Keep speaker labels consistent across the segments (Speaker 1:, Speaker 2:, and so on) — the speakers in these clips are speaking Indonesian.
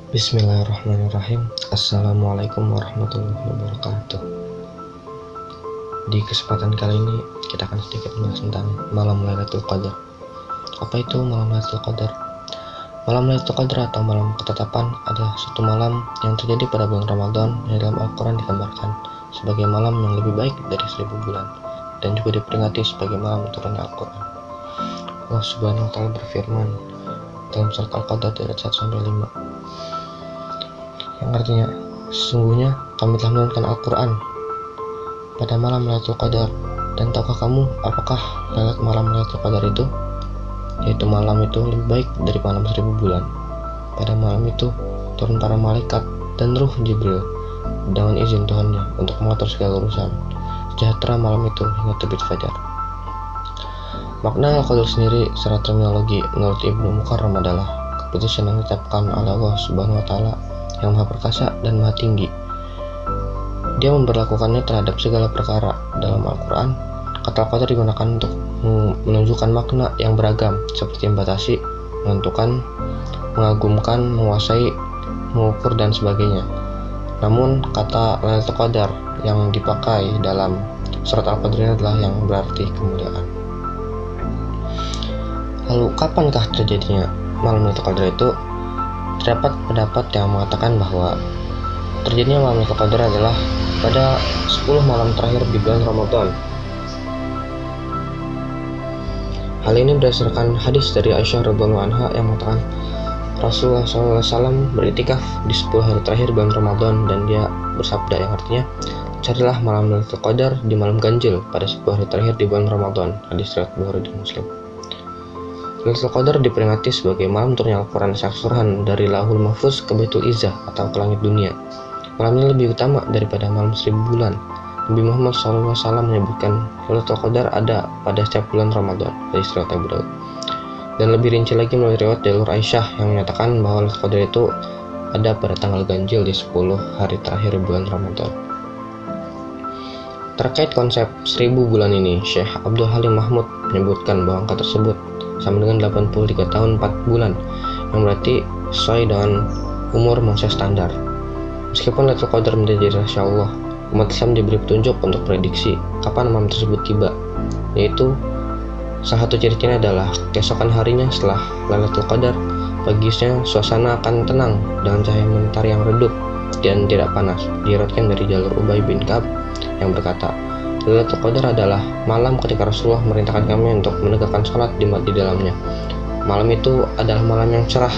Speaker 1: Bismillahirrahmanirrahim. Assalamualaikum warahmatullahi wabarakatuh. Di kesempatan kali ini kita akan sedikit membahas tentang malam Lailatul Qadar. Apa itu malam Lailatul Qadar? Malam Lailatul Qadar atau malam ketetapan adalah suatu malam yang terjadi pada bulan Ramadan yang dalam Al-Quran digambarkan sebagai malam yang lebih baik dari 1000 bulan dan juga diperingati sebagai malam turunnya Al-Quran. Allah Subhanahu wa Ta'ala berfirman dalam surat Al-Qadar ayat 1-5 yang artinya, sesungguhnya kami telah menurunkan Al-Quran pada malam Lailatul Qadar. Dan tahukah kamu apakah malam Lailatul Qadar itu? Yaitu malam itu lebih baik dari malam 1000 bulan. Pada malam itu turun para malaikat dan ruh Jibril dengan izin Tuhannya untuk mengatur segala urusan sejahtera malam itu hingga terbit fajar. Makna Al-Qadar sendiri secara terminologi menurut Ibnu Mukarram adalah keputusan yang ditetapkan oleh Allah Subhanahu wa Ta'ala yang maha perkasa dan maha tinggi. Dia memberlakukannya terhadap segala perkara. Dalam Al-Quran, kata Al-Qadar digunakan untuk menunjukkan makna yang beragam seperti membatasi, menentukan, mengagumkan, menguasai, mengukur, dan sebagainya. Namun kata Lailatul Qadar yang dipakai dalam surat Al-Qadar ini adalah yang berarti kemuliaan. Lalu kapankah terjadinya malam Lailatul Qadar itu? Terdapat pendapat yang mengatakan bahwa terjadinya malam Lailatul Qadar adalah pada 10 malam terakhir di bulan Ramadan. Hal ini berdasarkan hadis dari Aisyah radhiyallahu anha yang mengatakan Rasulullah SAW beriktikaf di 10 hari terakhir bulan Ramadan dan dia bersabda yang artinya, carilah malam Lailatul Qadar di malam ganjil pada 10 hari terakhir di bulan Ramadan. Hadis riwayat Bukhari dan Muslim. Lailatul Qadar diperingati sebagai malam turunnya Al-Quran secara keseluruhan dari Lauhul Mahfuz ke Baitul Izzah atau ke langit dunia. Malam ini lebih utama daripada malam 1000 bulan. Nabi Muhammad SAW menyebutkan Lailatul Qadar ada pada setiap bulan Ramadan dari riwayat Abu Daud. Dan lebih rinci lagi melalui riwayat jalur Aisyah yang menyatakan bahwa Lailatul Qadar itu ada pada tanggal ganjil di 10 hari terakhir bulan Ramadan. Terkait konsep 1000 bulan ini, Syekh Abdul Halim Mahmud menyebutkan bahwa angka tersebut sama dengan 83 tahun 4 bulan, yang berarti sesuai dengan umur manusia standar. Meskipun Lailatul Qadar menjadi rahasia Allah, umat Islam diberi petunjuk untuk prediksi kapan malam tersebut tiba, yaitu salah satu ciri-cirinya adalah keesokan harinya setelah Lailatul Qadar, paginya suasana akan tenang dengan cahaya mentari yang redup dan tidak panas. Diriwayatkan dari jalur Ubay bin Ka'ab yang berkata, Lailatul Qadar adalah malam ketika Rasulullah merintahkan kami untuk menegakkan sholat di dalamnya. Malam itu adalah malam yang cerah,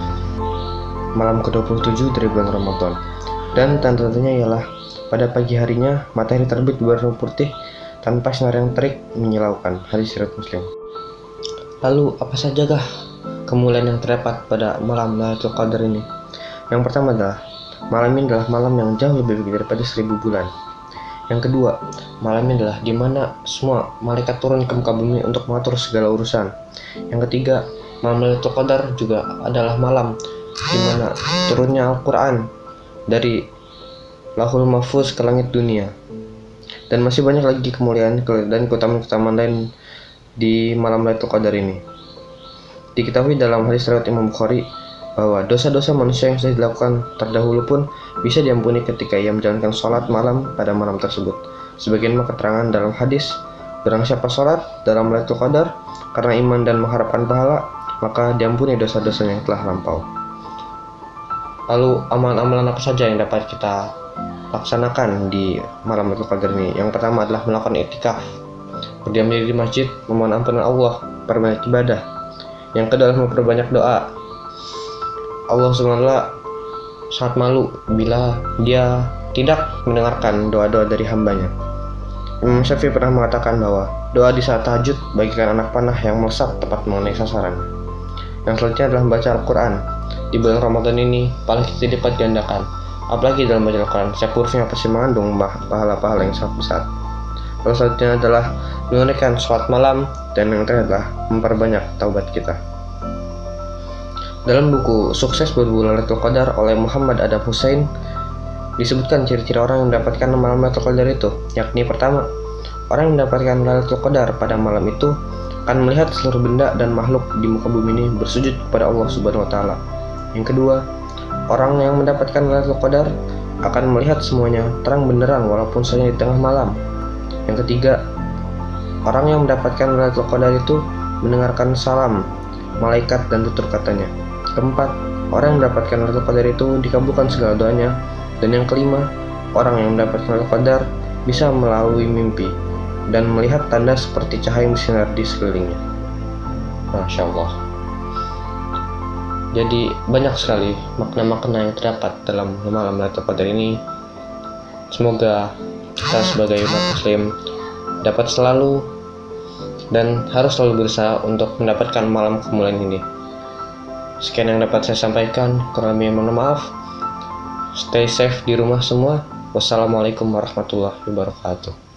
Speaker 1: malam ke-27 dari bulan Ramadan. Dan tanda-tandanya ialah pada pagi harinya matahari terbit berwarna putih tanpa sinar yang terik menyilaukan. Hadis riwayat Muslim. Lalu apa sajakah kemuliaan yang terdapat pada malam Lailatul Qadar ini? Yang pertama adalah malam ini adalah malam yang jauh lebih baik daripada 1000 bulan. Yang kedua, malam ini adalah di mana semua malaikat turun ke muka bumi untuk mengatur segala urusan. Yang ketiga, malam Lailatul Qadar juga adalah malam di mana turunnya Al-Quran dari Lauhul Mahfuz ke langit dunia. Dan masih banyak lagi kemuliaan dan keutamaan lain di malam Lailatul Qadar ini. Diketahui dalam hadis riwayat Imam Bukhari bahwa dosa-dosa manusia yang sudah dilakukan terdahulu pun bisa diampuni ketika ia menjalankan sholat malam pada malam tersebut. Sebagaimana keterangan dalam hadis, barang siapa sholat dalam Lailatul Qadar karena iman dan mengharapkan pahala, maka diampuni dosa-dosanya yang telah lampau. Lalu amalan-amalan apa saja yang dapat kita laksanakan di malam Lailatul Qadar ini? Yang pertama adalah melakukan iktikaf, berdiam diri di masjid, memohon ampunan Allah, perbanyak ibadah. Yang kedua adalah memperbanyak doa. Allah SWT sangat malu bila dia tidak mendengarkan doa-doa dari hambanya. Imam Syafi'i pernah mengatakan bahwa doa di saat tahajud bagikan anak panah yang melesat tepat mengenai sasaran. Yang selanjutnya adalah membaca Al-Quran. Di bulan Ramadan ini pahala kita lipat gandakan. Apalagi dalam baca Al-Quran, setiap hurufnya pasti mengandung pahala-pahala yang sangat besar. Lalu selanjutnya adalah menunaikan sholat malam, dan yang terakhir adalah memperbanyak taubat kita. Dalam buku Sukses Berbulan Lailatul Qadar oleh Muhammad Adam Hussein disebutkan ciri-ciri orang yang mendapatkan malam Lailatul Qadar itu, yakni pertama, orang yang mendapatkan Lailatul Qadar pada malam itu akan melihat seluruh benda dan makhluk di muka bumi ini bersujud kepada Allah Subhanahu wa Ta'ala. Yang kedua, Orang yang mendapatkan Lailatul Qadar akan melihat semuanya terang benderang walaupun saja di tengah malam. Yang ketiga, orang yang mendapatkan Lailatul Qadar itu mendengarkan salam malaikat dan tutur katanya. Keempat, orang yang mendapatkan Lailatul Qadar itu dikabulkan segala doanya. Dan yang kelima, orang yang mendapatkan Lailatul Qadar bisa melalui mimpi dan melihat tanda seperti cahaya yang bersinar di sekelilingnya. Masya Allah. Jadi banyak sekali makna-makna yang terdapat dalam malam Lailatul Qadar ini. Semoga kita sebagai umat muslim dapat selalu dan harus selalu berusaha untuk mendapatkan malam kemuliaan ini. Sekian yang dapat saya sampaikan, kurang lebihnya mohon maaf. Stay safe di rumah semua. Wassalamualaikum warahmatullahi wabarakatuh.